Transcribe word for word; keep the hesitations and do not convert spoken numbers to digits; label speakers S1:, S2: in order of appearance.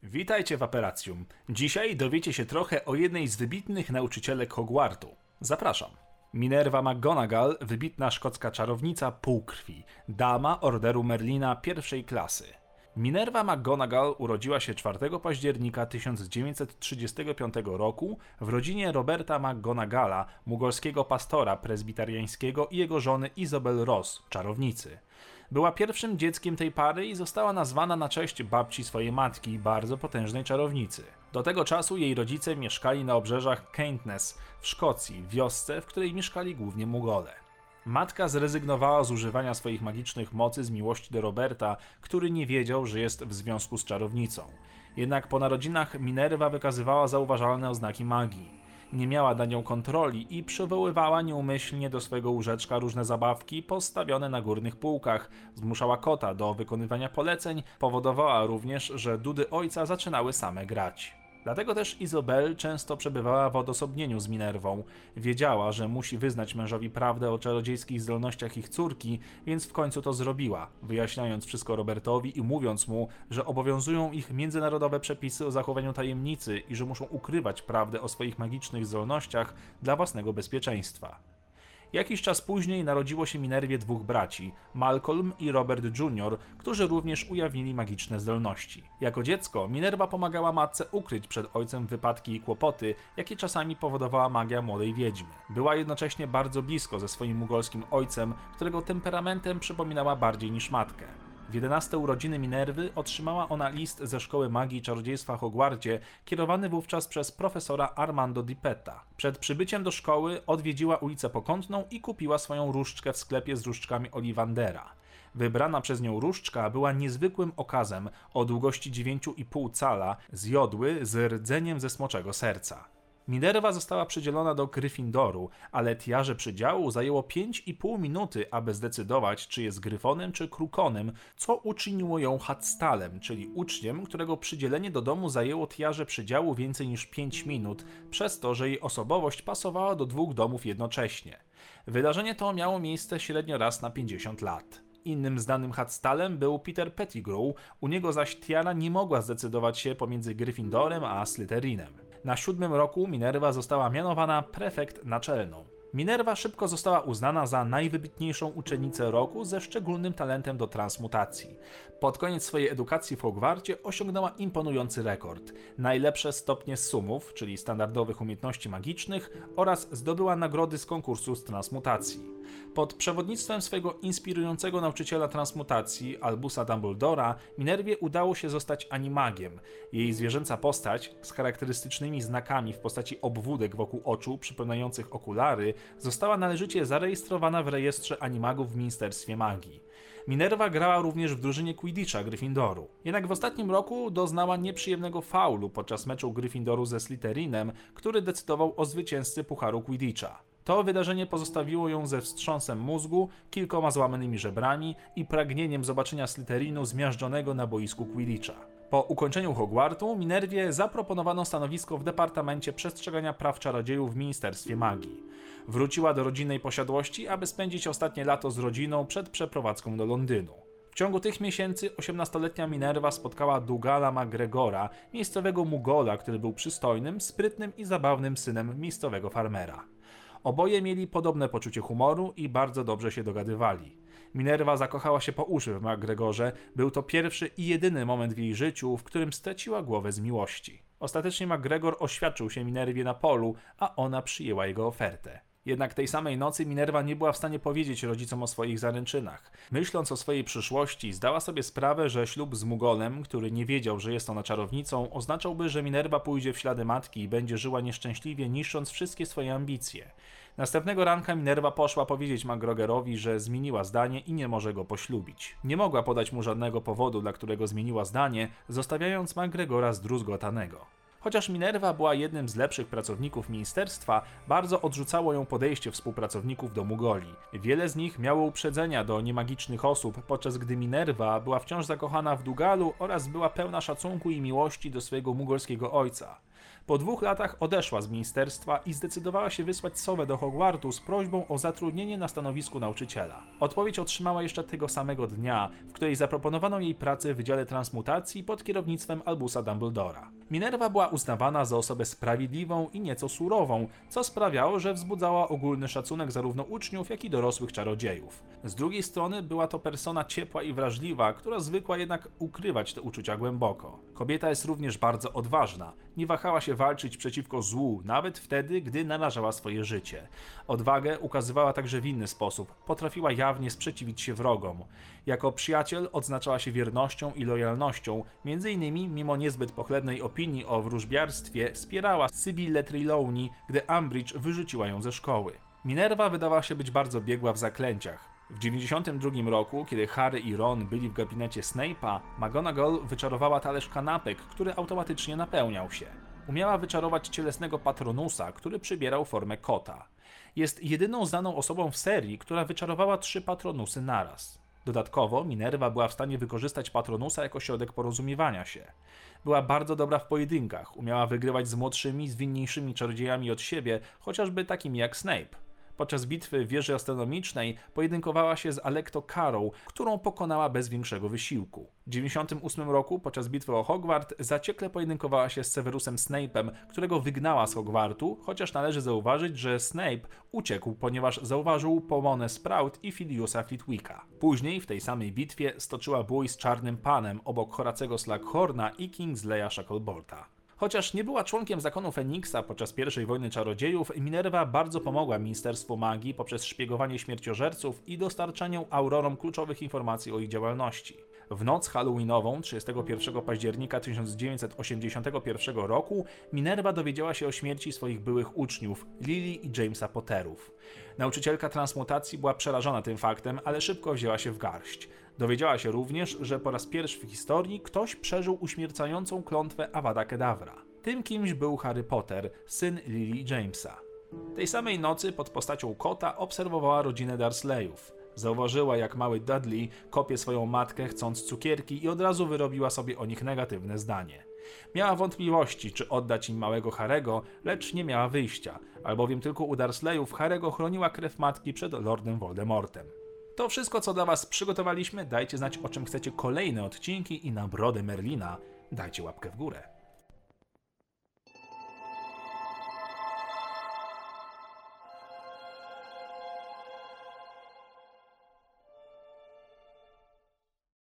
S1: Witajcie w Aperacjum. Dzisiaj dowiecie się trochę o jednej z wybitnych nauczycielek Hogwartu. Zapraszam. Minerva McGonagall, wybitna szkocka czarownica półkrwi, dama Orderu Merlina pierwszej klasy. Minerva McGonagall urodziła się czwartego października tysiąc dziewięćset trzydziestego piątego roku w rodzinie Roberta McGonagalla, mugolskiego pastora prezbiteriańskiego, i jego żony Isabel Ross, czarownicy. Była pierwszym dzieckiem tej pary i została nazwana na cześć babci swojej matki, bardzo potężnej czarownicy. Do tego czasu jej rodzice mieszkali na obrzeżach Caithness w Szkocji, wiosce, w której mieszkali głównie Mugole. Matka zrezygnowała z używania swoich magicznych mocy z miłości do Roberta, który nie wiedział, że jest w związku z czarownicą. Jednak po narodzinach Minerva wykazywała zauważalne oznaki magii. Nie miała nad nią kontroli i przywoływała nieumyślnie do swojego łóżeczka różne zabawki postawione na górnych półkach, zmuszała kota do wykonywania poleceń, powodowała również, że dudy ojca zaczynały same grać. Dlatego też Isabel często przebywała w odosobnieniu z Minervą. Wiedziała, że musi wyznać mężowi prawdę o czarodziejskich zdolnościach ich córki, więc w końcu to zrobiła, wyjaśniając wszystko Robertowi i mówiąc mu, że obowiązują ich międzynarodowe przepisy o zachowaniu tajemnicy i że muszą ukrywać prawdę o swoich magicznych zdolnościach dla własnego bezpieczeństwa. Jakiś czas później narodziło się Minerwie dwóch braci, Malcolm i Robert junior, którzy również ujawnili magiczne zdolności. Jako dziecko Minerva pomagała matce ukryć przed ojcem wypadki i kłopoty, jakie czasami powodowała magia młodej wiedźmy. Była jednocześnie bardzo blisko ze swoim mugolskim ojcem, którego temperamentem przypominała bardziej niż matkę. W jedenaste urodziny Minerwy otrzymała ona list ze Szkoły Magii i Czarodziejstwa w Hogwarcie, kierowany wówczas przez profesora Armando Dippeta. Przed przybyciem do szkoły odwiedziła ulicę Pokątną i kupiła swoją różdżkę w sklepie z różdżkami Ollivandera. Wybrana przez nią różdżka była niezwykłym okazem o długości dziewięć i pół cala z jodły z rdzeniem ze smoczego serca. Minerva została przydzielona do Gryffindoru, ale tiarze przydziału zajęło pięć i pół minuty, aby zdecydować, czy jest Gryfonem czy Krukonem, co uczyniło ją Hadstalem, czyli uczniem, którego przydzielenie do domu zajęło tiarze przydziału więcej niż pięć minut, przez to, że jej osobowość pasowała do dwóch domów jednocześnie. Wydarzenie to miało miejsce średnio raz na pięćdziesiąt lat. Innym znanym Hadstalem był Peter Pettigrew, u niego zaś tiara nie mogła zdecydować się pomiędzy Gryffindorem a Slytherinem. Na siódmym roku Minerva została mianowana prefekt naczelną. Minerva szybko została uznana za najwybitniejszą uczennicę roku ze szczególnym talentem do transmutacji. Pod koniec swojej edukacji w Hogwarcie osiągnęła imponujący rekord. Najlepsze stopnie sumów, czyli standardowych umiejętności magicznych, oraz zdobyła nagrody z konkursu z transmutacji. Pod przewodnictwem swojego inspirującego nauczyciela transmutacji, Albusa Dumbledora, Minervie udało się zostać animagiem. Jej zwierzęca postać, z charakterystycznymi znakami w postaci obwódek wokół oczu przypominających okulary, została należycie zarejestrowana w rejestrze animagów w Ministerstwie Magii. Minerva grała również w drużynie Quidditcha Gryffindoru. Jednak w ostatnim roku doznała nieprzyjemnego faulu podczas meczu Gryffindoru ze Slytherinem, który decydował o zwycięzcy Pucharu Quidditcha. To wydarzenie pozostawiło ją ze wstrząsem mózgu, kilkoma złamanymi żebrami i pragnieniem zobaczenia Slytherinu zmiażdżonego na boisku Quidditcha. Po ukończeniu Hogwartu Minervie zaproponowano stanowisko w Departamencie Przestrzegania Praw Czarodziejów w Ministerstwie Magii. Wróciła do rodzinnej posiadłości, aby spędzić ostatnie lato z rodziną przed przeprowadzką do Londynu. W ciągu tych miesięcy osiemnastoletnia Minerva spotkała Dougala McGregora, miejscowego Mugola, który był przystojnym, sprytnym i zabawnym synem miejscowego farmera. Oboje mieli podobne poczucie humoru i bardzo dobrze się dogadywali. Minerva zakochała się po uszy w McGregorze, był to pierwszy i jedyny moment w jej życiu, w którym straciła głowę z miłości. Ostatecznie McGregor oświadczył się Minervie na polu, a ona przyjęła jego ofertę. Jednak tej samej nocy Minerva nie była w stanie powiedzieć rodzicom o swoich zaręczynach. Myśląc o swojej przyszłości, zdała sobie sprawę, że ślub z Mugolem, który nie wiedział, że jest ona czarownicą, oznaczałby, że Minerva pójdzie w ślady matki i będzie żyła nieszczęśliwie, niszcząc wszystkie swoje ambicje. Następnego ranka Minerva poszła powiedzieć McGregorowi, że zmieniła zdanie i nie może go poślubić. Nie mogła podać mu żadnego powodu, dla którego zmieniła zdanie, zostawiając McGregora zdruzgotanego. Chociaż Minerva była jednym z lepszych pracowników ministerstwa, bardzo odrzucało ją podejście współpracowników do Mugoli. Wiele z nich miało uprzedzenia do niemagicznych osób, podczas gdy Minerva była wciąż zakochana w Dougalu oraz była pełna szacunku i miłości do swojego mugolskiego ojca. Po dwóch latach odeszła z ministerstwa i zdecydowała się wysłać sowę do Hogwartu z prośbą o zatrudnienie na stanowisku nauczyciela. Odpowiedź otrzymała jeszcze tego samego dnia, w której zaproponowano jej pracę w Wydziale Transmutacji pod kierownictwem Albusa Dumbledora. Minerva była uznawana za osobę sprawiedliwą i nieco surową, co sprawiało, że wzbudzała ogólny szacunek zarówno uczniów, jak i dorosłych czarodziejów. Z drugiej strony była to persona ciepła i wrażliwa, która zwykła jednak ukrywać te uczucia głęboko. Kobieta jest również bardzo odważna. Nie wahała się walczyć przeciwko złu, nawet wtedy, gdy narażała swoje życie. Odwagę ukazywała także w inny sposób. Potrafiła jawnie sprzeciwić się wrogom. Jako przyjaciel odznaczała się wiernością i lojalnością. Między innymi, mimo niezbyt pochlebnej opinii o wróżbiarstwie, wspierała Sybillę Trelawney, gdy Umbridge wyrzuciła ją ze szkoły. Minerva wydawała się być bardzo biegła w zaklęciach. W dziewięćdziesiątym drugim roku, kiedy Harry i Ron byli w gabinecie Snape'a, McGonagall wyczarowała talerz kanapek, który automatycznie napełniał się. Umiała wyczarować cielesnego Patronusa, który przybierał formę kota. Jest jedyną znaną osobą w serii, która wyczarowała trzy Patronusy naraz. Dodatkowo Minerva była w stanie wykorzystać Patronusa jako środek porozumiewania się. Była bardzo dobra w pojedynkach, umiała wygrywać z młodszymi, zwinniejszymi czarodziejami od siebie, chociażby takimi jak Snape. Podczas bitwy w wieży astronomicznej pojedynkowała się z Alecto Carrow, którą pokonała bez większego wysiłku. W dziewięćdziesiątym ósmym roku, podczas bitwy o Hogwart, zaciekle pojedynkowała się z Severusem Snape'em, którego wygnała z Hogwartu, chociaż należy zauważyć, że Snape uciekł, ponieważ zauważył Pomonę Sprout i Filiusa Flitwicka. Później w tej samej bitwie stoczyła bój z Czarnym Panem obok Horacego Slughorna i Kingsleya Shacklebolta. Chociaż nie była członkiem zakonu Feniksa podczas pierwszej wojny czarodziejów, Minerva bardzo pomogła Ministerstwu Magii poprzez szpiegowanie śmierciożerców i dostarczanie Aurorom kluczowych informacji o ich działalności. W noc halloweenową trzydziestego pierwszego października tysiąc dziewięćset osiemdziesiątego pierwszego roku Minerva dowiedziała się o śmierci swoich byłych uczniów, Lily i Jamesa Potterów. Nauczycielka transmutacji była przerażona tym faktem, ale szybko wzięła się w garść. Dowiedziała się również, że po raz pierwszy w historii ktoś przeżył uśmiercającą klątwę Avada Kedavra. Tym kimś był Harry Potter, syn Lily i Jamesa. Tej samej nocy pod postacią kota obserwowała rodzinę Dursleyów. Zauważyła, jak mały Dudley kopie swoją matkę, chcąc cukierki, i od razu wyrobiła sobie o nich negatywne zdanie. Miała wątpliwości, czy oddać im małego Harego, lecz nie miała wyjścia, albowiem tylko u Dursleyów Harego chroniła krew matki przed Lordem Voldemortem. To wszystko, co dla was przygotowaliśmy. Dajcie znać, o czym chcecie kolejne odcinki, i na brodę Merlina dajcie łapkę w górę.